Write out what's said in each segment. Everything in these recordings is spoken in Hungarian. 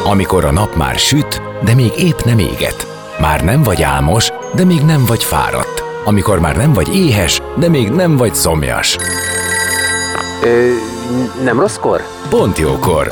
Amikor a nap már süt, de még épp nem éget. Már nem vagy álmos, de még nem vagy fáradt. Amikor már nem vagy éhes, de még nem vagy szomjas. Nem rosszkor? Pont jókor.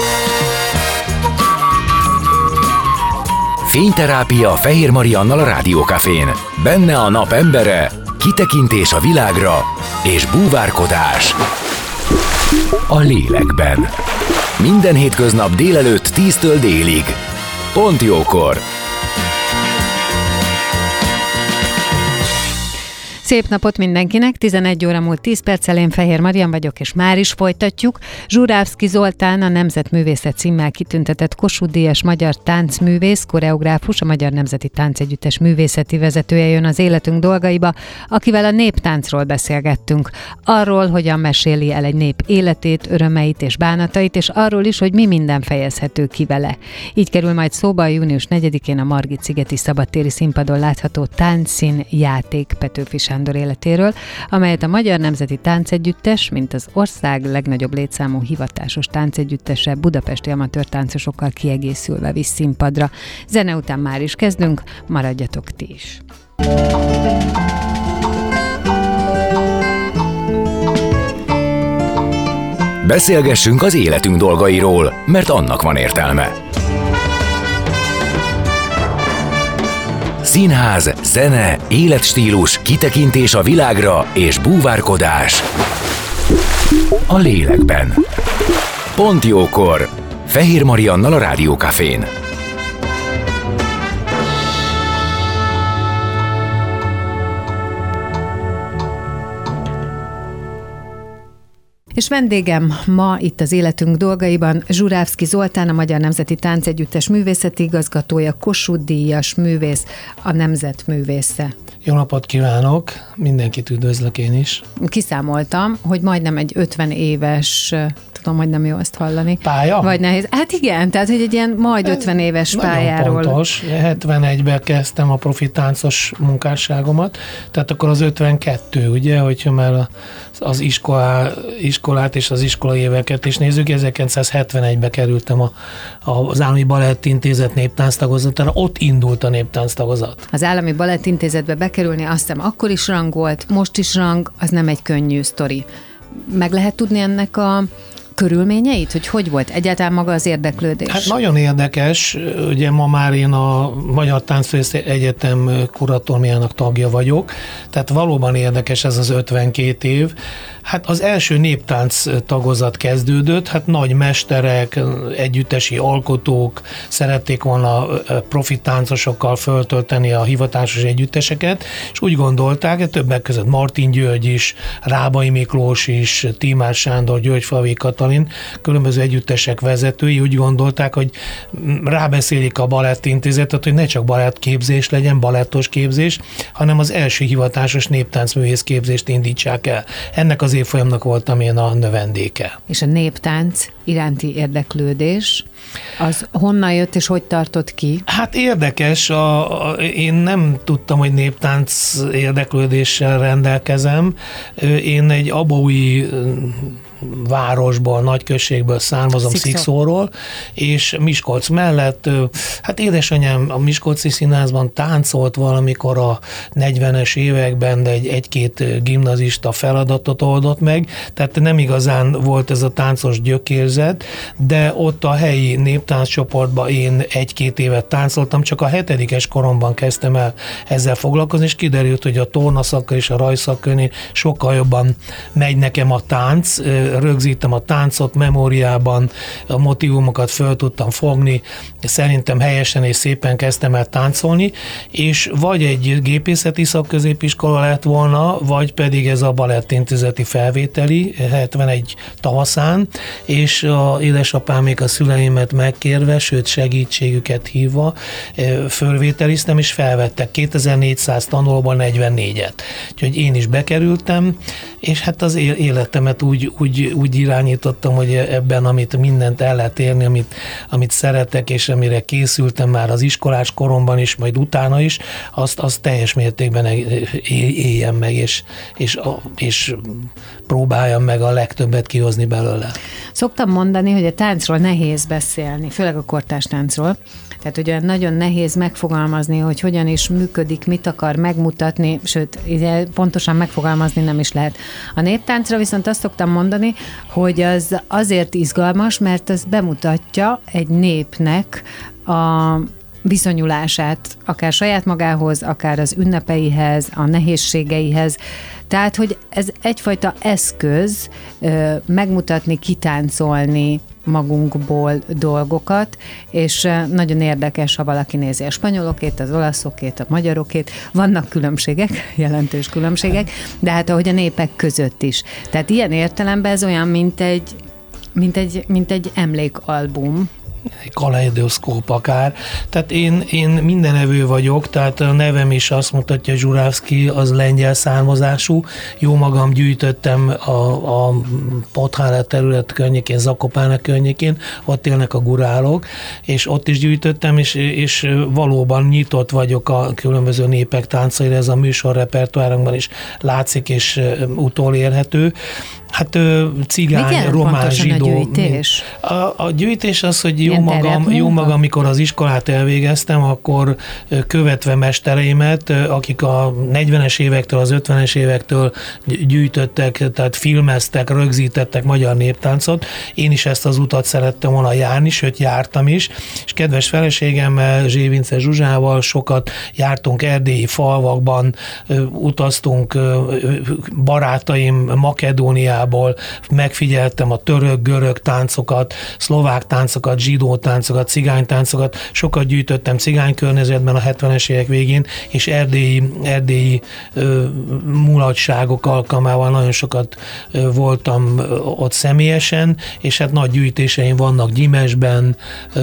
Fényterápia Fehér Mariannal a Rádiókafén. Benne a nap embere, kitekintés a világra és búvárkodás a lélekben. Minden hétköznap délelőtt 10-től délig. Pont jókor. Szép napot mindenkinek, 11 óra múlt 10 perccel, én Fehér Marian vagyok, és már is folytatjuk. Zsurávszky Zoltán, a Nemzetművészet címmel kitüntetett Kossuth-díjas magyar táncművész, koreográfus, a Magyar Nemzeti Táncegyüttes művészeti vezetője jön az életünk dolgaiba, akivel a néptáncról beszélgettünk. Arról, hogyan meséli el egy nép életét, örömeit és bánatait, és arról is, hogy mi minden fejezhető ki vele. Így kerül majd szóba a június 4-én a Margit-szigeti szabadtéri színpadon látható táncszín játék Petőfi Sándor életéről, amelyet a Magyar Nemzeti Táncegyüttes, mint az ország legnagyobb létszámú hivatásos táncegyüttese budapesti amatőr táncosokkal kiegészülve visz színpadra. Zene után már is kezdünk, maradjatok ti is! Beszélgessünk az életünk dolgairól, mert annak van értelme. Színház, zene, életstílus, kitekintés a világra és búvárkodás a lélekben. Pont jókor. Fehér Mariannal a Rádiókafén. És vendégem ma itt az életünk dolgaiban Zsurávszky Zoltán, a Magyar Nemzeti Táncegyüttes művészeti igazgatója, Kossuth-díjas művész, a nemzetművésze. Jó napot kívánok, mindenkit üdvözlök én is. Kiszámoltam, hogy majdnem egy 50 éves, tudom, hogy nem jó ezt hallani. Pálya? Vagy nehéz. Hát igen, tehát hogy egy ilyen majd 50 éves pályáról. Nagyon pontos. 71-ben kezdtem a profi táncos munkásságomat, tehát akkor az 52, ugye, hogyha már az iskolát és az iskolai éveket is nézzük, 1971-ben kerültem az Állami Balett Intézet néptánctagozatára, ott indult a néptánctagozat. Az Állami Balett Intézetbe bekerülni, azt hiszem akkor is rang volt, most is rang, az nem egy könnyű sztori. Meg lehet tudni ennek a körülményeit, hogy volt egyáltalán maga az érdeklődés? Hát nagyon érdekes, ugye ma már én a Magyar Táncművészeti Egyetem kuratóriumának tagja vagyok, tehát valóban érdekes ez az 52 év. Hát az első néptánc tagozat kezdődött, hát nagy mesterek, együttesi alkotók szerették volna profi táncosokkal föltölteni a hivatásos együtteseket, és úgy gondolták, többek között Martin György is, Rábai Miklós is, Tímár Sándor, Györgyfalvi Katalin, különböző együttesek vezetői úgy gondolták, hogy rábeszélik a Balettintézetet, hogy ne csak balettképzés legyen, balettos képzés, hanem az első hivatásos néptáncművész képzést indítsák el. Ennek az évfolyamnak voltam én a növendéke. És a néptánc iránti érdeklődés, az honnan jött és hogy tartott ki? Hát érdekes, én nem tudtam, hogy néptánc érdeklődéssel rendelkezem. Én egy abaúji városból, nagyközségből származom, Szikszóról, és Miskolc mellett, hát édesanyám a Miskolci Színházban táncolt valamikor a 40-es években, de egy-két gimnazista feladatot oldott meg, tehát nem igazán volt ez a táncos gyökérzet, de ott a helyi néptánccsoportban én 1-2 évet táncoltam, csak a 7-es koromban kezdtem el ezzel foglalkozni, és kiderült, hogy a tornaszakkör és a rajszakkörnél sokkal jobban megy nekem a tánc, rögzítem a táncot memóriában, a motívumokat föl tudtam fogni, szerintem helyesen és szépen kezdtem el táncolni, és vagy egy gépészeti szakközépiskola lett volna, vagy pedig ez a balettintézeti felvételi 71 tavaszán, és a édesapámék a szüleimet megkérve, sőt segítségüket hívva fölvételiztem, és felvettek 2400 tanulóban 44-et. Úgyhogy én is bekerültem, és hát az életemet úgy úgy irányítottam, hogy ebben, amit mindent el lehet érni, amit szeretek, és amire készültem már az iskolás koromban is, majd utána is, azt teljes mértékben éljem meg, és próbáljam meg a legtöbbet kihozni belőle. Szoktam mondani, hogy a táncról nehéz beszélni, főleg a kortárs táncról. Tehát ugye nagyon nehéz megfogalmazni, hogy hogyan is működik, mit akar megmutatni, sőt, ugye pontosan megfogalmazni nem is lehet. A néptáncra viszont azt szoktam mondani, hogy az azért izgalmas, mert az bemutatja egy népnek a viszonyulását, akár saját magához, akár az ünnepeihez, a nehézségeihez. Tehát, hogy ez egyfajta eszköz megmutatni, kitáncolni magunkból dolgokat, és nagyon érdekes, ha valaki nézi a spanyolokét, az olaszokét, a magyarokét. Vannak különbségek, jelentős különbségek, de hát ahogy a népek között is. Tehát ilyen értelemben ez olyan, mint egy emlékalbum. Egy kaleidoszkóp akár. Tehát én mindenevő vagyok, tehát a nevem is azt mutatja, Zsurávszky az lengyel származású. Jó magam gyűjtöttem a Podhála terület környékén, Zakopának környékén, ott élnek a gurálok, és ott is gyűjtöttem, és valóban nyitott vagyok a különböző népek táncaira, ez a műsor repertoárunkban is látszik, és utolérhető. Hát cigány, román, zsidó. A gyűjtés? A gyűjtés az, hogy jó magam, amikor az iskolát elvégeztem, akkor követve mestereimet, akik a 40-es évektől, az 50-es évektől gyűjtöttek, tehát filmeztek, rögzítettek magyar néptáncot. Én is ezt az utat szerettem volna járni, sőt jártam is, és kedves feleségemmel, Zsévince Zsuzsával sokat jártunk erdélyi falvakban, utaztunk, barátaim Makedóniában, megfigyeltem a török-görög táncokat, szlovák táncokat, zsidó táncokat, cigány táncokat, sokat gyűjtöttem cigány környezetben a 70-es évek végén, és erdélyi mulatságok alkalmával nagyon sokat voltam ott személyesen, és hát nagy gyűjtéseim vannak Gyimesben,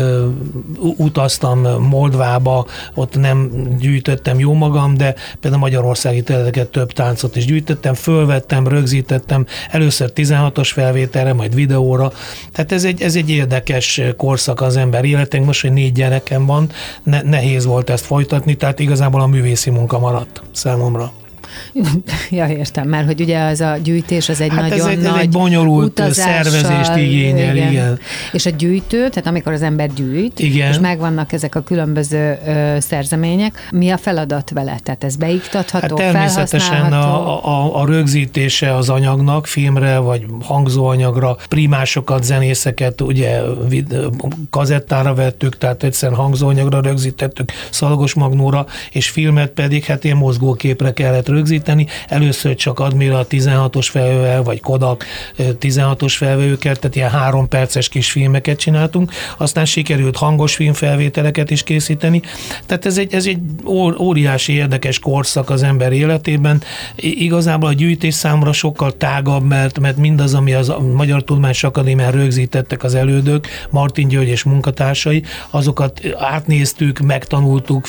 utaztam Moldvába, ott nem gyűjtöttem jó magam, de például magyarországi területeket több táncot is gyűjtöttem, fölvettem, rögzítettem, először 16-os felvételre, majd videóra. Tehát ez egy érdekes korszak az ember életén. Most, hogy 4 gyerekem van, nehéz volt ezt folytatni, tehát igazából a művészi munka maradt számomra. Ja, értem, mert hogy ugye az a gyűjtés, az egy nagyon ez nagy egy bonyolult szervezést igényel, igen. És a gyűjtő, tehát amikor az ember gyűjt, igen, és megvannak ezek a különböző szerzemények, mi a feladat vele? Tehát ez beiktatható, hát természetesen a rögzítése az anyagnak, filmre vagy hangzóanyagra, primásokat, zenészeket ugye kazettára vettük, tehát egyszerűen hangzóanyagra rögzítettük, szalagos magnóra, és filmet pedig hát ilyen mozgóképre kellett rögzíteni. Először csak Admiral 16-os felvővel, vagy Kodak 16-os felvőkkel, tehát ilyen 3 perces kis filmeket csináltunk, aztán sikerült hangos filmfelvételeket is készíteni. Tehát ez egy óriási érdekes korszak az ember életében. Igazából a gyűjtés számra sokkal tágabb, mert mindaz, ami az Magyar Tudományos Akadémián rögzítettek az elődök, Martin György és munkatársai, azokat átnéztük, megtanultuk,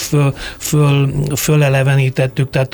fölelevenítettük, tehát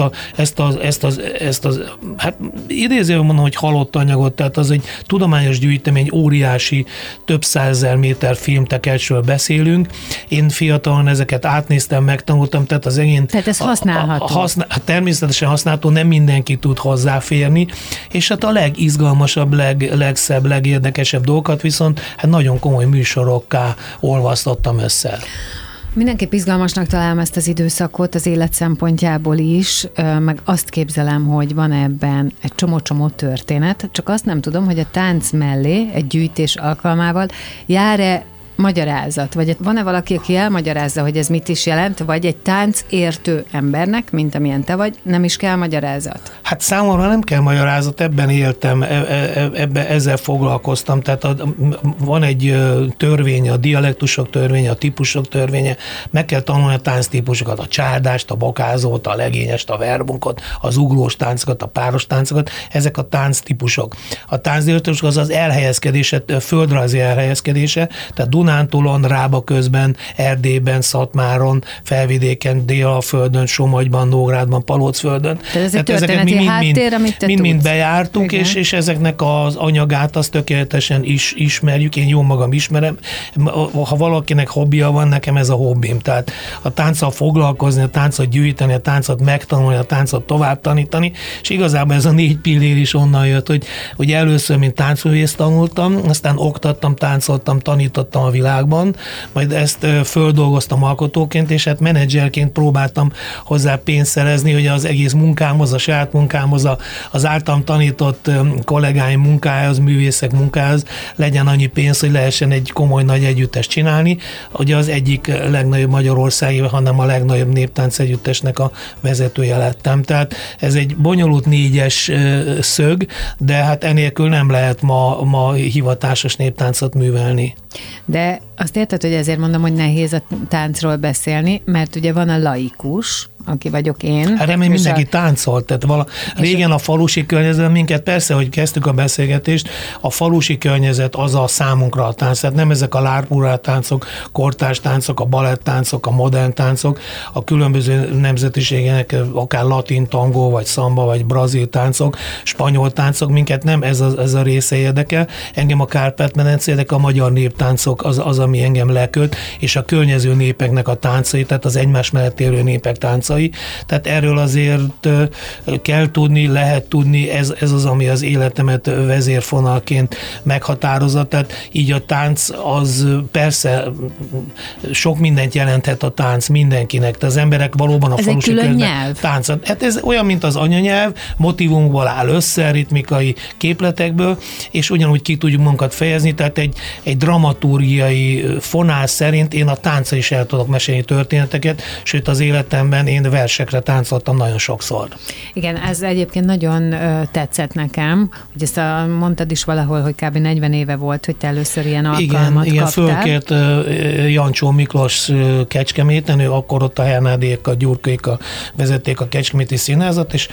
ezt az hát idézően mondom, hogy halott anyagot, tehát az egy tudományos gyűjtemény, óriási, több 100 000 méter filmtekercsről beszélünk. Én fiatalon ezeket átnéztem, megtanultam, tehát az egén... Tehát ez használható. Természetesen használható, nem mindenki tud hozzáférni, és hát a legizgalmasabb, legszebb, legérdekesebb dolgokat viszont hát nagyon komoly műsorokká olvasztottam össze. Mindenképp izgalmasnak találom ezt az időszakot az élet szempontjából is, meg azt képzelem, hogy van ebben egy csomó történet, csak azt nem tudom, hogy a tánc mellé egy gyűjtés alkalmával jár-e magyarázat, vagy van-e valaki, aki elmagyarázza, hogy ez mit is jelent, vagy egy tánc értő embernek, mint amilyen te vagy, nem is kell magyarázat? Hát számomra nem kell magyarázat, ebben éltem, ezzel foglalkoztam, tehát van egy törvény, a dialektusok törvénye, a típusok törvénye, meg kell tanulni a tánctípusokat, a csárdást, a bokázót, a legényest, a verbunkot, az uglós táncokat, a páros táncokat, ezek a tánctípusok. A tánctípusok az elhelyezkedése, földrajzi elhelyezkedése, tehát Dunántúlon, Rába közben, Erdélyben, Szatmáron, Felvidéken, Délalföldön, Somogyban, Nógrádban, Palócföldön. Tehát ez egy történeti háttér, amit te mind bejártunk, és ezeknek az anyagát azt tökéletesen ismerjük, én jó magam ismerem. Ha valakinek hobbija van, nekem ez a hobbim. Tehát a tánccal foglalkozni, a táncot gyűjteni, a táncot megtanulni, a táncot tovább tanítani, és igazából ez a 4 pillér is onnan jött, hogy először, mint táncművészt tanultam, aztán oktattam, táncoltam, tanítottam a világban, majd ezt földolgoztam alkotóként, és hát menedzserként próbáltam hozzá pénzt szerezni, hogy az egész munkámhoz, a saját munkámhoz, az általam tanított kollégáim munkájához, művészek munkájához legyen annyi pénz, hogy lehessen egy komoly nagy együttest csinálni. Ugye az egyik legnagyobb magyarországi, hanem a legnagyobb néptánc együttesnek a vezetője lettem. Tehát ez egy bonyolult 4-es szög, de hát enélkül nem lehet ma hivatásos néptáncot művelni. De azt érted, hogy ezért mondom, hogy nehéz a táncról beszélni, mert ugye van a laikus, aki vagyok én. Hát remélem mindenki táncolt. Tehát régen a falusi környezet minket, persze, hogy kezdtük a beszélgetést, a falusi környezet az a számunkra a tánc. Tehát nem ezek a lárpúrá táncok, kortárs táncok, a balettáncok, a modern táncok, a különböző nemzetiségének akár latin tangó, vagy szamba, vagy brazil táncok, spanyol táncok, minket nem ez a része érdekel. Engem a Kárpát-medence érdekel, a magyar néptáncok az, ami engem leköt, és a környező népeknek a táncai, tehát az egymás mellett élő népek táncai. Tehát erről azért kell tudni, lehet tudni, ez az, ami az életemet vezérfonalként meghatározza. Tehát így a tánc az persze sok mindent jelenthet a tánc mindenkinek. Tehát az emberek valóban a falusi környezet táncot. Hát ez olyan, mint az anyanyelv, motivumból áll össze, ritmikai képletekből, és ugyanúgy ki tudjuk magunkat fejezni, tehát egy dramaturgiai fonál szerint én a tánccal is el tudok mesélni történeteket, sőt az életemben én versekre táncoltam nagyon sokszor. Igen, ez egyébként nagyon tetszett nekem, hogy ezt mondtad is valahol, hogy kb. 40 éve volt, hogy te először ilyen alkalmat igen, kaptál. fölkért Jancsó Miklós Kecskeméten, ő akkor ott a Hernádiékkal, Gyurkékkal vezették a Kecskeméti Színházat, és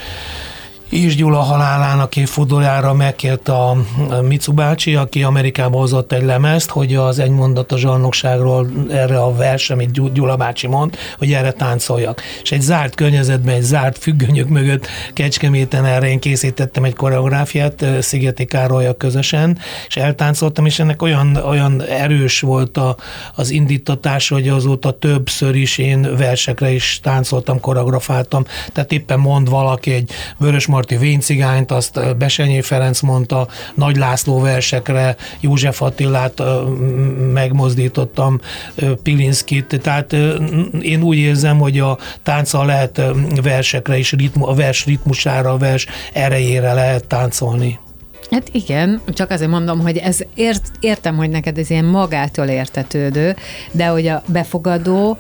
Is Gyula halálának évfordulójára megkért a Micu bácsi, aki Amerikába hozott egy lemezt, hogy az Egy mondat a zsarnokságról erre a vers, amit Gyula bácsi mond, hogy erre táncoljak. És egy zárt környezetben, egy zárt függönyök mögött Kecskeméten erre én készítettem egy koreográfiát Szigeti Károlyal közösen, és eltáncoltam, és ennek olyan erős volt az indítatás, hogy azóta többször is én versekre is táncoltam, koreografáltam. Tehát éppen mond valaki egy Vörösmarty Véncigányt, azt Besenyé Ferenc mondta, Nagy László versekre, József Attilát megmozdítottam, Pilinszkit, tehát én úgy érzem, hogy a tánccal lehet versekre is, a vers ritmusára, a vers erejére lehet táncolni. Hát igen, csak azért mondom, hogy ez értem, hogy neked ez ilyen magától értetődő, de hogy a befogadó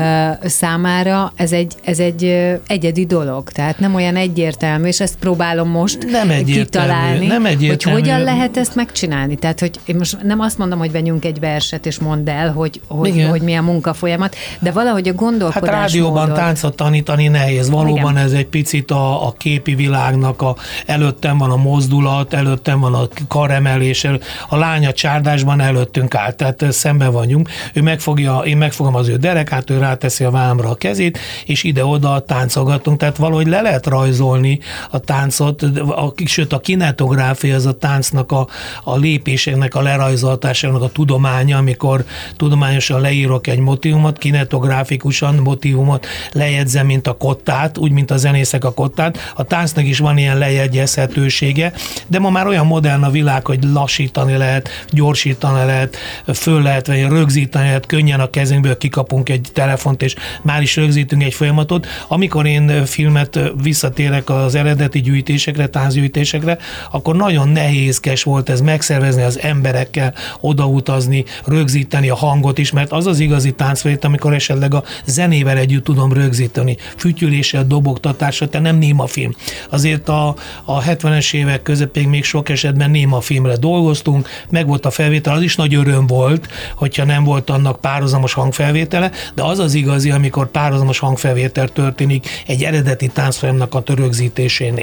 számára ez egy egyedi dolog, tehát nem olyan egyértelmű, és ezt próbálom most kitalálni, hogy hogyan lehet ezt megcsinálni. Tehát, hogy én most nem azt mondom, hogy venjünk egy verset, és mondd el, hogy mi a munkafolyamat, de valahogy a gondolkodásmódot. Hát rádióban táncot tanítani nehéz. Valóban igen. Ez egy picit a képi világnak, előttem van a mozdulat, előttem van a karemelés, a lány a csárdásban előttünk áll, tehát szemben vagyunk. Én megfogom az ő derekát, ő ráteszi a vámra a kezét, és ide-oda táncolgatunk, tehát valahogy le lehet rajzolni a táncot, sőt a kinetográfia az a táncnak a lépéseknek, a lerajzoltásának a tudománya, amikor tudományosan leírok egy motívumot, kinetográfikusan motívumot lejegyzem, mint a kottát, úgy, mint a zenészek a kottát. A táncnak is van ilyen lejegyezhetősége, de ma már olyan modern a világ, hogy lassítani lehet, gyorsítani lehet, föl lehet venni, rögzíteni lehet, könnyen a kezünkből kikapunk egy telefont, és már is rögzítünk egy folyamatot. Amikor én filmet visszatérek az eredeti gyűjtésekre, táncgyűjtésekre, akkor nagyon nehézkes volt ez megszervezni az emberekkel, odautazni, rögzíteni a hangot is, mert az az igazi táncfelét, amikor esetleg a zenével együtt tudom rögzíteni, fütyüléssel, dobogtatással, te nem néma film. Azért a 70-es évek közepén még sok esetben néma filmre dolgoztunk, meg volt a felvétel, az is nagy öröm volt, hogyha nem volt annak párhuzamos hangfelvétele, de az az igazi, amikor párhuzamos hangfelvétel történik egy eredeti táncfilmnek a rögzítésénél.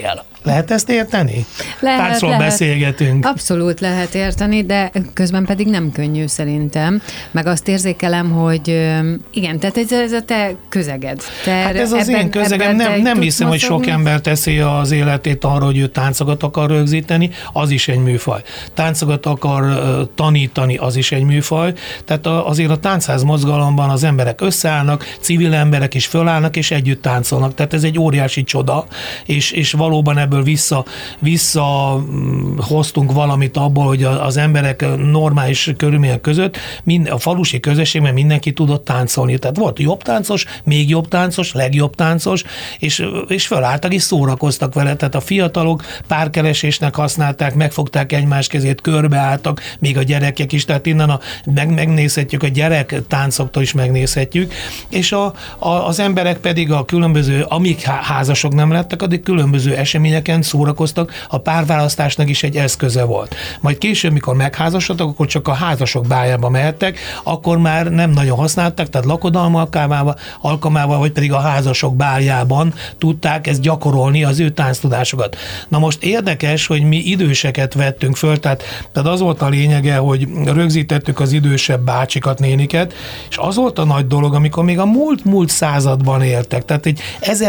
Lehet ezt érteni? Lehet. Beszélgetünk. Abszolút lehet érteni, de közben pedig nem könnyű szerintem. Meg azt érzékelem, hogy igen, tehát ez a te közeged. Hát ez az én közegem, nem hiszem, hogy sok ember teszi az életét arra, hogy ő táncokat akar rögzíteni, az is egy műfaj. Táncokat akar tanítani, az is egy műfaj. Tehát azért a táncház mozgalomban az emberek összeállnak, civil emberek is fölállnak, és együtt táncolnak. Tehát ez egy óriási csoda, és valóban ebből visszahoztunk valamit abból, hogy az emberek normális körülmények között a falusi közösségben mindenki tudott táncolni. Tehát volt jobb táncos, még jobb táncos, legjobb táncos, és fölálltak és szórakoztak vele. Tehát a fiatalok párkeresésnek használták, megfogták egymás kezét, körbeálltak, még a gyerekek is, tehát innen megnézhetjük, a gyerek táncoktól is megnézhetjük, és az emberek pedig a különböző, amíg házasok nem lettek, addig különböző eseményeken szórakoztak, a párválasztásnak is egy eszköze volt. Majd később, mikor megházasodtak, akkor csak a házasok bájába mehettek, akkor már nem nagyon használták, tehát lakodalom alkalmával, vagy pedig a házasok báljában tudták ezt gyakorolni, az ő tánctudásokat. Na most érdekes, hogy mi időseket vettünk föl, tehát az volt a lényege, hogy rögzítettük az idősebb bácsikat, néniket, és az volt a nagy dolog, amikor még a múlt században éltek, tehát egy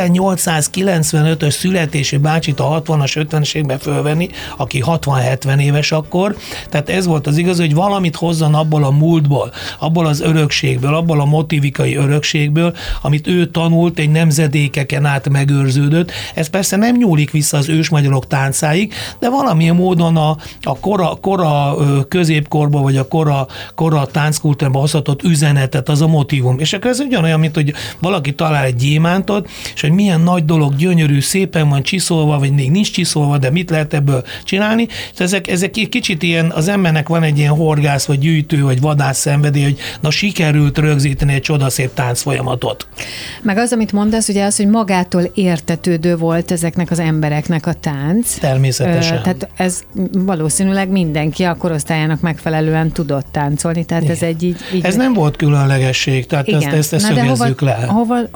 1895-ös születésű bácsit a 60-as, 50-es években fölvenni, aki 60-70 éves akkor, tehát ez volt az igaz, hogy valamit hozzon abból a múltból, abból az örökségből, abból a motivikai örökségből, amit ő tanult, egy nemzedékeken át megőrződött. Ez persze nem nyúlik vissza az ősmagyarok táncáig, de valamilyen módon a kora középkorba, vagy a kora tánckultúrában hozhatott üzenetet, az a motívum. És akkor ez ugyanolyan, mint hogy valaki talál egy gyémántot, és hogy milyen nagy dolog, gyönyörű, szépen van csiszolva, vagy még nincs csiszolva, de mit lehet ebből csinálni. Ezek kicsit ilyen, az embernek van egy ilyen horgász, vagy gyűjtő, vagy vadász szenvedély, hogy na sikerült rögzíteni egy csodaszép táncfolyamatot. Meg az, amit mondasz, ugye az, hogy magától értetődő volt ezeknek az embereknek a tánc. Természetesen. Tehát ez valószínűleg mindenki a korosztályának megfelelően tudott táncolni, tehát igen. Ez egy így... Ez nem volt különlegesség, tehát ezt szögezzük le.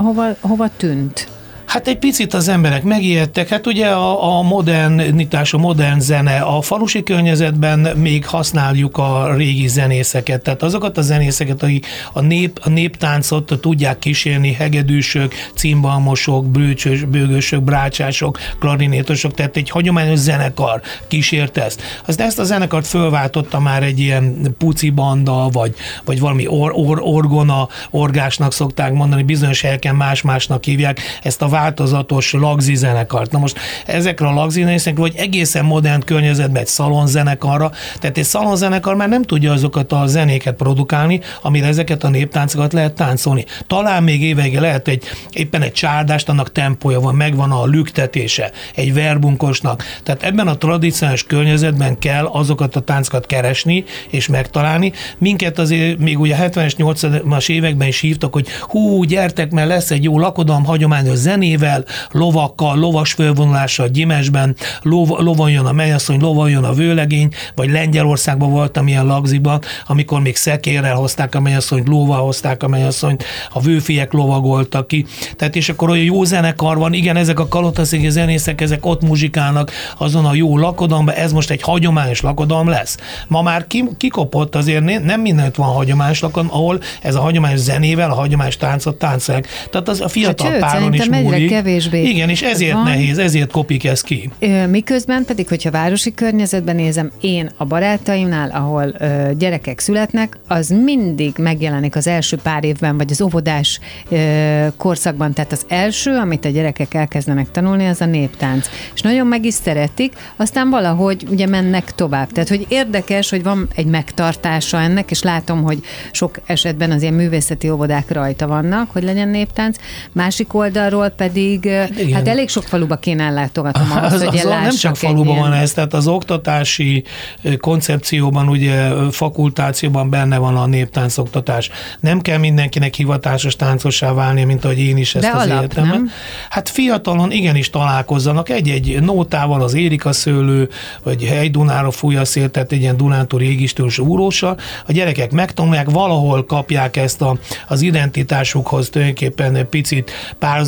Hova tűnt? Hát egy picit az emberek megijedtek, hát ugye a modernitás, a modern zene, a falusi környezetben még használjuk a régi zenészeket, tehát azokat a zenészeket, akik a néptáncot tudják kísérni, hegedűsök, cimbalmosok, bőgősök, brácsások, klarinétosok, tehát egy hagyományos zenekar kísérte ezt. Ezt a zenekart fölváltotta már egy ilyen puci banda, vagy valami orgona, orgásnak szokták mondani, bizonyos helyeken más-másnak hívják ezt a változatos lagzi zenekart. Na most ezekre a lagzi zenészekre, vagy egészen modern környezetben egy szalonzenekarra, tehát egy szalonzenekar már nem tudja azokat a zenéket produkálni, amire ezeket a néptáncokat lehet táncolni. Talán még évekig lehet éppen egy csárdást, annak tempója van, megvan a lüktetése, egy verbunkosnak. Tehát ebben a tradicionális környezetben kell azokat a táncokat keresni és megtalálni. Minket azért még ugye 70-es, 80-as években is hívtak, hogy gyertek, mert lesz egy jó lakodalom, hagyományos zenével, lovakkal, lovas fölvonulással Gyimesben, lovon a mennyasszony, lovon a vőlegény, vagy Lengyelországban voltam ilyen lagziban, amikor még szekérrel hozták a mennyasszonyt, lóval hozták a mennyasszonyt, a vőfiek lovagoltak ki. Tehát és akkor olyan jó zenekar van, igen, ezek a kalotaszéki zenészek, ezek ott muzsikálnak azon a jó lakodalomban, ez most egy hagyományos lakodalom lesz. Ma már kikopott, azért nem mindent van hagyományos lakodalom, ahol ez a hagyományos zenével, a hagyományos táncot táncolják. Tehát az a fiatal páron is múlik. Kevésbé. Igen, és ezért van. Nehéz, ezért kopik ez ki. Miközben pedig, hogyha városi környezetben nézem, én a barátaimnál, ahol gyerekek születnek, az mindig megjelenik az első pár évben, vagy az óvodás korszakban. Tehát az első, amit a gyerekek elkezdenek tanulni, az a néptánc. És nagyon meg is szeretik, aztán valahogy ugye mennek tovább. Tehát, hogy érdekes, hogy van egy megtartása ennek, és látom, hogy sok esetben az ilyen művészeti óvodák rajta vannak, hogy legyen néptánc. Másik oldalról pedig, igen. Hát elég sok faluba kéne ellátogatnom ahhoz, hogy nem csak faluban van ez, tehát az oktatási koncepcióban, ugye fakultációban benne van a néptáncoktatás. Nem kell mindenkinek hivatásos táncossá válni, mint ahogy én is ezt az életemben. Hát fiatalon igenis találkozzanak egy-egy nótával, az Érikaszőlő, vagy Hely-Dunára fúj a szél, tehát egy ilyen dunántúli égistős úróssal. A gyerekek megtanulják, valahol kapják ezt az identitásukhoz tulajdonképpen picit párhuzamosan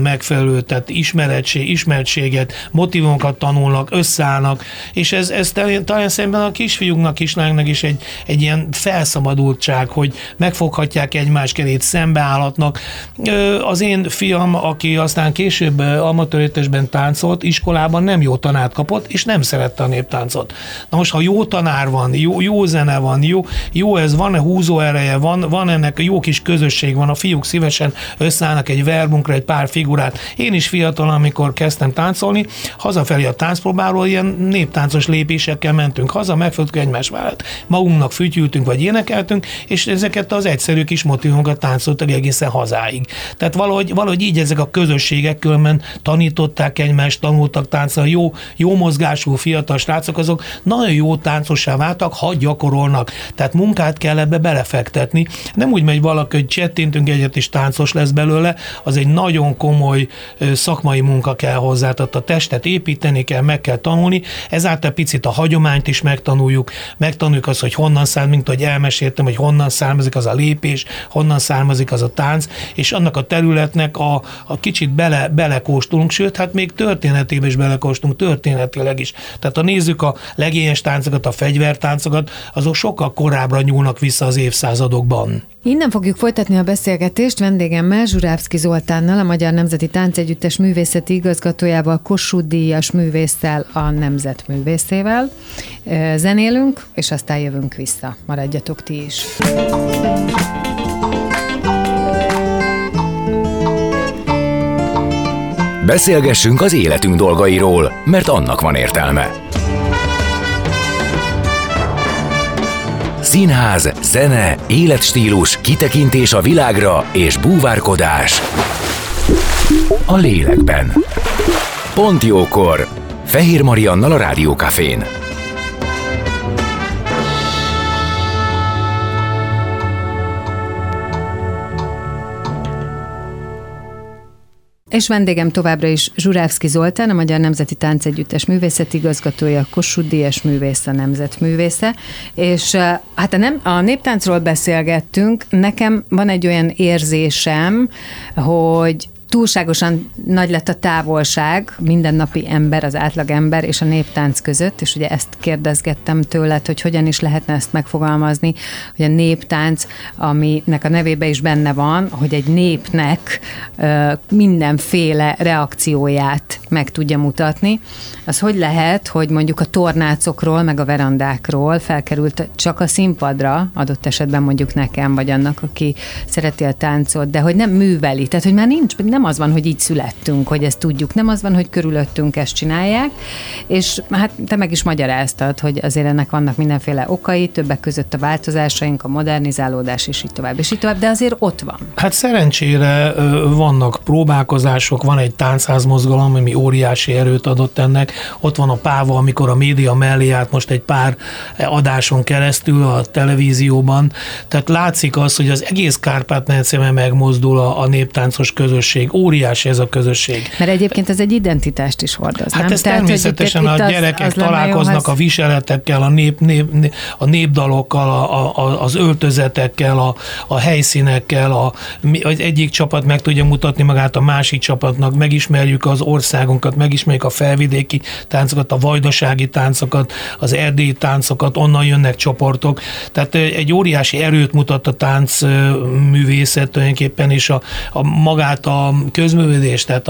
megfelelő, tehát ismertséget, motivumokat tanulnak, összeállnak, és ez talán szemben a kisfiúknak, kislánynak is egy ilyen felszabadultság, hogy megfoghatják egymás kezét, szembeállhatnak. Az én fiam, aki aztán később amatőregyüttesben táncolt, iskolában nem jó tanárt kapott, és nem szerette a néptáncot. Na most, ha jó tanár van, jó zene van, jó ez, van-e húzó ereje, van ennek jó kis közösség van, a fiúk szívesen összeállnak egy verbunkra, egy pár figurát. Én is fiatal, amikor kezdtem táncolni, hazafelé a táncpróbáról ilyen néptáncos lépésekkel mentünk haza, megfogtuk egymás vállát, magunknak fütyültünk, vagy énekeltünk, és ezeket az egyszerű kis motivumokat táncoltak egészen hazáig. Tehát valahogy így ezek a közösségek különben tanították egymást, tanultak táncolni, jó mozgású fiatal srácok, azok nagyon jó táncossá váltak, ha gyakorolnak. Tehát munkát kell ebbe belefektetni. Nem úgy megy valaki, hogy csettintünk egyet és táncos lesz belőle, az egy nagyon komoly szakmai munka kell hozzá, tehát a testet építeni kell, meg kell tanulni, ezáltal picit a hagyományt is megtanuljuk azt, hogy honnan származik, mint hogy elmeséltem, hogy honnan származik az a lépés, honnan származik az a tánc, és annak a területnek a kicsit belekóstolunk, sőt, hát még történetébe is belekóstolunk, történetileg is. Tehát ha nézzük a legényes táncokat, a fegyvertáncokat, azok sokkal korábbra nyúlnak vissza az évszázadokban. Innen fogjuk folytatni a beszélgetést vendégemmel, Zsurávszky Zoltánnal, a Magyar Nemzeti Táncegyüttes művészeti igazgatójával, Kossuth-díjas művésszel, a Nemzetművészével. Zenélünk, és aztán jövünk vissza. Maradjatok ti is. Beszélgessünk az életünk dolgairól, mert annak van értelme. Színház, zene, életstílus, kitekintés a világra és búvárkodás a lélekben. Pont jókor! Fehér Mariannal a Rádió Cafén. És vendégem továbbra is Zsurávszky Zoltán, a Magyar Nemzeti Táncegyüttes művészeti igazgatója, Kossuth-díjas művész, a Nemzetművésze. És hát a néptáncról beszélgettünk, nekem van egy olyan érzésem, hogy túlságosan nagy lett a távolság mindennapi ember, az átlagember és a néptánc között, és ugye ezt kérdezgettem tőled, hogy hogyan is lehetne ezt megfogalmazni, hogy a néptánc, aminek a nevében is benne van, hogy egy népnek mindenféle reakcióját meg tudja mutatni. Az hogy lehet, hogy mondjuk a tornácokról, meg a verandákról felkerült csak a színpadra, adott esetben mondjuk nekem, vagy annak, aki szereti a táncot, de hogy nem műveli, tehát hogy már nem az van, hogy így születtünk, hogy ezt tudjuk, nem az van, hogy körülöttünk ezt csinálják, és hát te meg is magyaráztad, hogy azért ennek vannak mindenféle okai, többek között a változásaink, a modernizálódás, és így tovább, de azért ott van. Hát szerencsére vannak próbálkozások, van egy táncházmozgalom, ami óriási erőt adott ennek, ott van a Páva, amikor a média mellé állt most egy pár adáson keresztül a televízióban, tehát látszik az, hogy az egész Kárpát-medencében megmozdul a néptáncos közösség. Óriási ez a közösség. Mert egyébként ez egy identitást is hordoz, hát nem? Ez természetesen a gyerekek találkoznak a viseletekkel, a népdalokkal, az öltözetekkel, a helyszínekkel, az egyik csapat meg tudja mutatni magát a másik csapatnak, megismerjük az országunkat, megismerjük a felvidéki táncokat, a vajdasági táncokat, az erdélyi táncokat, onnan jönnek csoportok. Tehát egy óriási erőt mutat a táncművészet tulajdonképpen, és magát a közművelés, tehát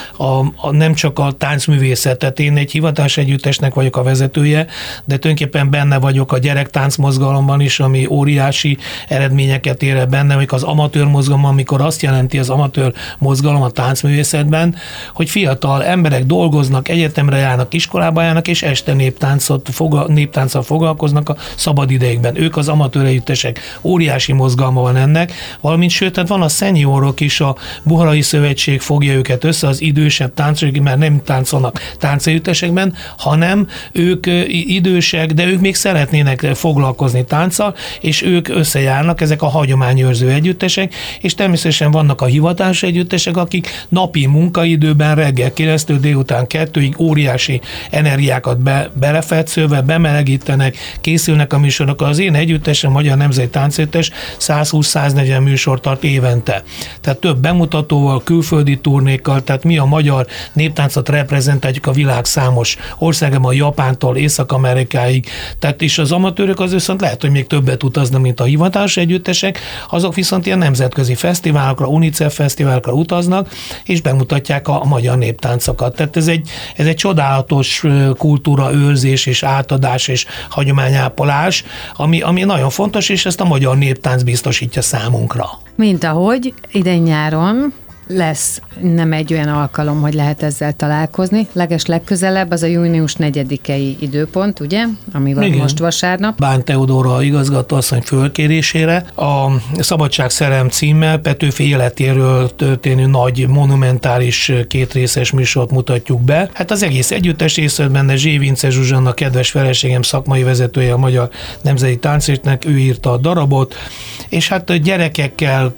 nem csak a táncművészetet. Én egy hivatás együttesnek vagyok a vezetője, de tulajdonképpen benne vagyok a gyerektánc mozgalomban is, ami óriási eredményeket ér el benne, amik az amatőr mozgalom, amikor azt jelenti az amatőr mozgalom a táncművészetben, hogy fiatal emberek dolgoznak, egyetemre járnak, iskolába járnak, és este néptánccal foglalkoznak a szabadidejükben. Ők az amatőr együttesek. Óriási mozgalma van ennek, valamint sőt, tehát van a szeniorok is, a Buharai Szövetség fogja őket össze, az idősebb táncosok, mert nem táncolnak táncegyüttesekben, hanem ők idősek, de ők még szeretnének foglalkozni tánccal, és ők összejárnak, ezek a hagyományőrző együttesek, és természetesen vannak a hivatásos együttesek, akik napi munkaidőben reggel 9-től délután 2-ig óriási energiákat belefetszővel, bemelegítenek, készülnek a műsorok. Az én együttesem, Magyar Nemzeti Táncegyüttes 120-140 műsor tart évente. Tehát több bemutatóval, turnékkal, külföldi turnékkal, tehát mi a magyar néptáncot reprezentáljuk a világ számos országában, Japántól Észak-Amerikáig, tehát is az amatőrök az viszont lehet, hogy még többet utaznak, mint a hivatalos együttesek, azok viszont ilyen nemzetközi fesztiválokra, UNICEF fesztiválokra utaznak, és bemutatják a magyar néptáncokat. Tehát ez egy csodálatos kultúra őrzés és átadás és hagyományápolás, ami nagyon fontos, és ezt a magyar néptánc biztosítja számunkra. Mint ahogy idén nyáron lesz nem egy olyan alkalom, hogy lehet ezzel találkozni. Legközelebb az a június 4-i időpont, ugye? Ami van most vasárnap. Bán Teodóra igazgatóasszony fölkérésére a Szabadságszerelem címmel Petőfi életéről történő nagy monumentális kétrészes műsort mutatjuk be. Hát az egész együttes részt benne Zsévince Zsuzsanna, kedves feleségem, szakmai vezetője a Magyar Nemzeti Táncértnek, ő írta a darabot, és hát gyerekekkel,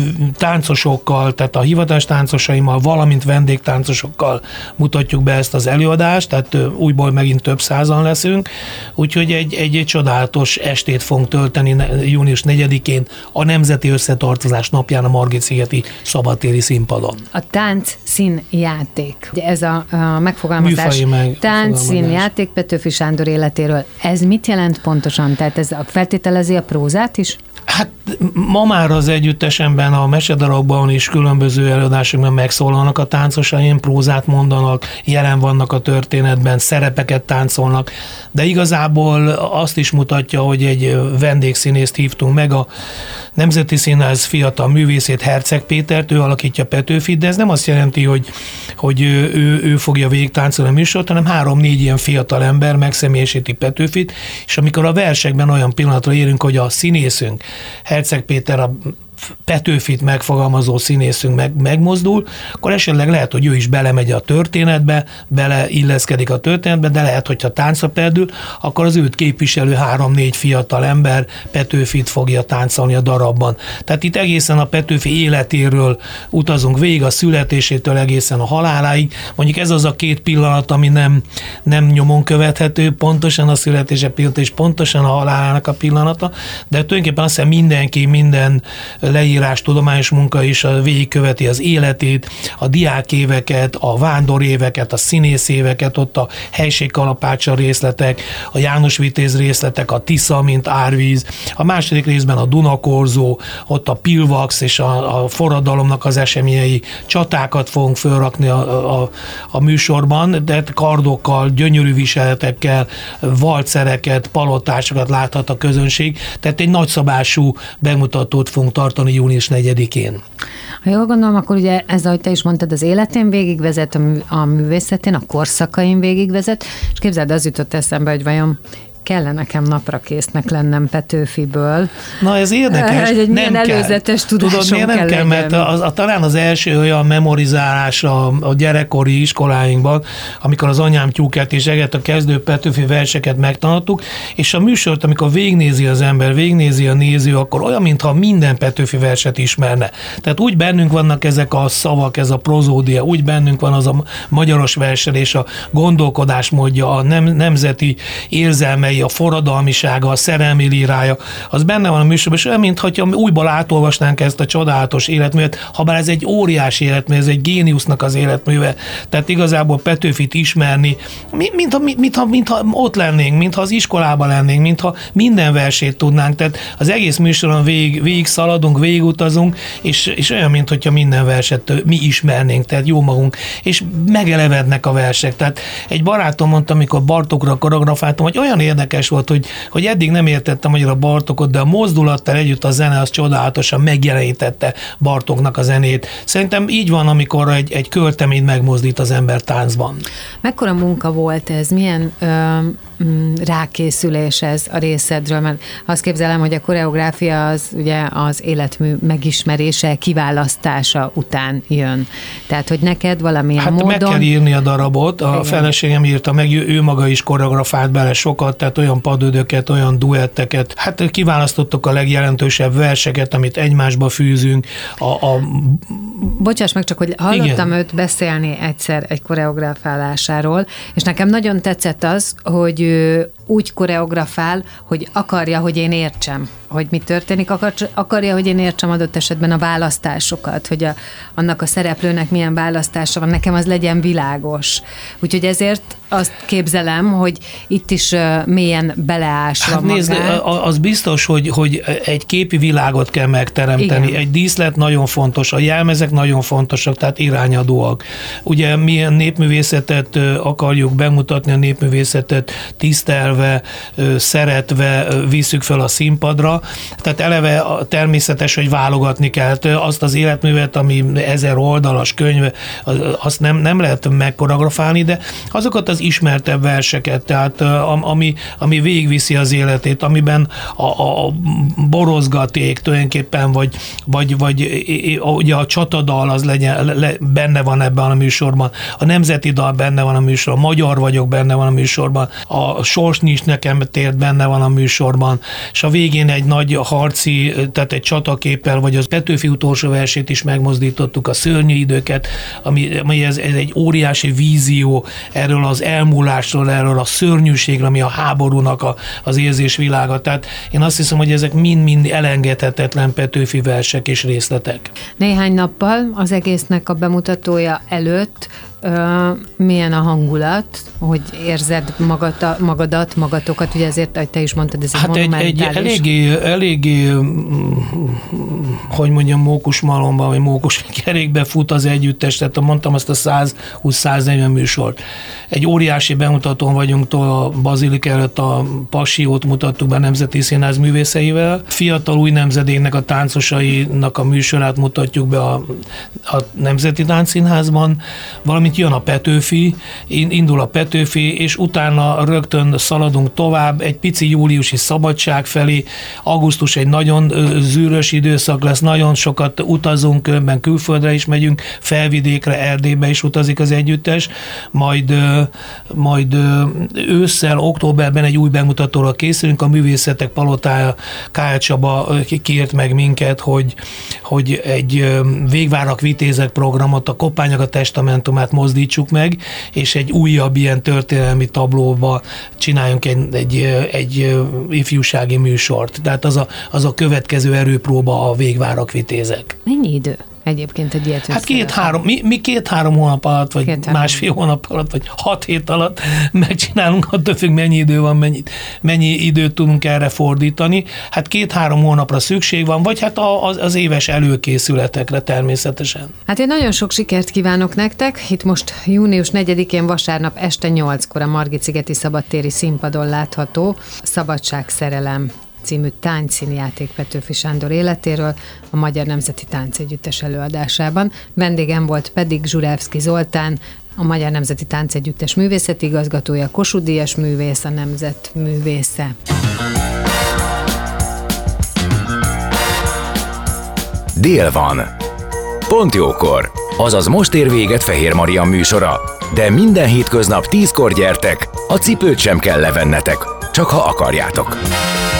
táncosokkal, tehát a hivatalos táncosaimmal, valamint vendégtáncosokkal mutatjuk be ezt az előadást, tehát újból megint több százan leszünk, úgyhogy egy csodálatos estét fogunk tölteni június 4-én a Nemzeti Összetartozás napján a Margit-szigeti szabadtéri színpadon. A tánc-színjáték. Ez a megfogalmazás. Tánc-színjáték Petőfi Sándor életéről. Ez mit jelent pontosan? Tehát ez feltételezi a prózát is? Hát ma már az együttesemben, a mesedarabban is különböző előadásokban megszólalnak a táncosaim, prózát mondanak, jelen vannak a történetben, szerepeket táncolnak, de igazából azt is mutatja, hogy egy vendégszínészt hívtunk meg, a Nemzeti Színház fiatal művészét, Herceg Pétert, ő alakítja Petőfit, de ez nem azt jelenti, hogy ő fogja végigtáncolni a műsort, hanem 3-4 ilyen fiatal ember megszemélyesíti Petőfit, és amikor a versekben olyan pillanatra érünk, hogy a színészünk, Herceg Péter, a Petőfit megfogalmazó színészünk megmozdul, akkor esetleg lehet, hogy ő is belemegy a történetbe, beleilleszkedik a történetbe, de lehet, hogyha táncra perdül, akkor az őt képviselő 3-4 fiatal ember Petőfit fogja táncolni a darabban. Tehát itt egészen a Petőfi életéről utazunk végig, a születésétől egészen a haláláig. Mondjuk ez az a 2 pillanat, ami nem nyomon követhető, pontosan a születése pillanata és pontosan a halálának a pillanata, de tulajdonképpen azt hiszem mindenki, minden leírás, tudományos munka is végigköveti az életét, a diákéveket, a vándoréveket, a színészéveket, ott a helységkalapácsa részletek, a János Vitéz részletek, a Tisza, mint árvíz, a második részben a Dunakorzó, ott a Pilvax és a forradalomnak az eseményei, csatákat fogunk fölrakni a műsorban, de kardokkal, gyönyörű viseletekkel, valcereket, palotásokat láthat a közönség, tehát egy nagyszabású bemutatót fogunk tartani június 4-én. Ha jól gondolom, akkor ugye ez, ahogy te is mondtad, az életén végigvezet, a művészetén, a korszakain végigvezet, és képzeld, az jutott eszembe, hogy vajon kellene nekem naprakésznek lennem Petőfiből. Na ez érdekes, egy nem előzetes tudásom. Tudod, miért nem kell, mert talán az első olyan memorizálás a gyerekkori iskoláinkban, amikor az anyám tyúkát és eget a kezdő Petőfi verseket megtanultuk, és a műsort, amikor végignézi az ember, végignézi a néző, akkor olyan, mintha minden Petőfi verset ismerne. Tehát úgy bennünk vannak ezek a szavak, ez a prozódia, úgy bennünk van az a magyaros verselés, a gondolkodásmódja, a nemzeti érzelmei, a forradalmisága, a szerelmi lírája, az benne van a műsorban, és olyan, mintha újból átolvasnánk ezt a csodálatos életművet, habár ez egy óriási életmű, ez egy géniusznak az életműve, tehát igazából Petőfit ismerni, mintha ott lennénk, mintha az iskolában lennénk, mintha minden versét tudnánk, tehát az egész műsoron végig szaladunk, végigutazunk, és olyan, mintha minden verset mi ismernénk, tehát jó magunk, és megelevednek a versek. Tehát egy barátom mondta, amikor Bartókra koreografáltam, hogy olyan érdekes volt, hogy eddig nem értettem annyira Bartókot, de a mozdulattal együtt a zene az csodálatosan megjelenítette Bartóknak a zenét. Szerintem így van, amikor egy költemény megmozdít az ember táncban. Mekkora munka volt ez? Milyen rákészülés ez a részedről? Mert azt képzelem, hogy a koreográfia az ugye az életmű megismerése, kiválasztása után jön. Tehát, hogy neked valamilyen módon... meg kell írni a darabot, a feleségem írta meg, ő maga is koreografált bele sokat, tehát olyan padödöket, olyan duetteket. Hát kiválasztottuk a legjelentősebb verseket, amit egymásba fűzünk. Bocsáss meg csak, hogy hallottam őt beszélni egyszer egy koreografálásáról, és nekem nagyon tetszett az, hogy úgy koreografál, hogy akarja, hogy én értsem, hogy mi történik, akarja, hogy én értsem adott esetben a választásokat, hogy annak a szereplőnek milyen választása van, nekem az legyen világos. Úgyhogy ezért azt képzelem, hogy itt is mélyen beleásva magát. Nézd, az biztos, hogy egy képi világot kell megteremteni. Igen. Egy díszlet nagyon fontos, a jelmezek nagyon fontosak, tehát irányadóak. Ugye milyen népművészetet akarjuk bemutatni, a népművészetet tisztelve, szeretve visszük fel a színpadra. Tehát eleve természetes, hogy válogatni kell. Azt az életművet, ami 1000 oldalas könyv, azt nem lehet megkoreografálni, de azokat az ismertebb verseket, tehát ami végigviszi az életét, amiben a borozgaték tulajdonképpen, vagy ugye a csatadal az benne van ebben a műsorban, a nemzeti dal benne van a műsorban, Magyar vagyok benne van a műsorban, a Sors nincs nekem tért benne van a műsorban, és a végén egy nagy harci, tehát egy csataképpel, vagy az Petőfi utolsó versét is megmozdítottuk, a szörnyű időket, ami ez egy óriási vízió erről az elmúlásról, erről a szörnyűségről, ami a háborúnak az érzésvilága. Tehát én azt hiszem, hogy ezek mind-mind elengedhetetlen Petőfi versek és részletek. Néhány nappal az egésznek a bemutatója előtt milyen a hangulat, hogy érzed magatokat, ugye ezért, ahogy te is mondtad, ez egy monumentális. Egy eléggé, hogy mondjam, mókusmalomban, vagy mókus kerékbe fut az együttes, tehát mondtam azt a 120-140 műsort. Egy óriási bemutatón vagyunk, a Bazilika előtt a Passiót mutattuk be a Nemzeti Színház művészeivel. Fiatal új nemzedéknek a táncosainak a műsorát mutatjuk be a Nemzeti Táncszínházban, valamint jön a Petőfi, indul a Petőfi, és utána rögtön szaladunk tovább, egy pici júliusi szabadság felé, augusztus egy nagyon zűrös időszak lesz, nagyon sokat utazunk, önben külföldre is megyünk, Felvidékre, Erdélybe is utazik az együttes, majd ősszel, októberben egy új bemutatóra készülünk, a Művészetek Palotája, K.L. Csaba kért meg minket, hogy egy Végvárak Vitézek programot, a Koppánynak a testamentumát mozdítsuk meg, és egy újabb ilyen történelmi tablóba csináljunk egy ifjúsági műsort. Tehát az a következő erőpróba a Végvárak Vitézek. Mennyi idő egyébként egy ilyet? Hát 2-3, mi 2-3 hónap alatt, vagy másfél hónap alatt, vagy 6 hét alatt megcsinálunk, attól függ, mennyi idő van, mennyi időt tudunk erre fordítani. Hát 2-3 hónapra szükség van, vagy hát az éves előkészületekre természetesen. Hát én nagyon sok sikert kívánok nektek. Itt most június 4-én vasárnap este 8-kor a Margit-szigeti szabadtéri színpadon látható Szabadságszerelem című táncszínjáték Petőfi Sándor életéről a Magyar Nemzeti Táncegyüttes előadásában. Vendégem volt pedig Zsurávszky Zoltán, a Magyar Nemzeti Táncegyüttes művészeti igazgatója, Kossuth Díjas művész, a Nemzet művésze. Dél van. Pont jókor. Azaz most ér véget Fehér Marian műsora. De minden hétköznap 10-kor gyertek, a cipőt sem kell levennetek, csak ha akarjátok.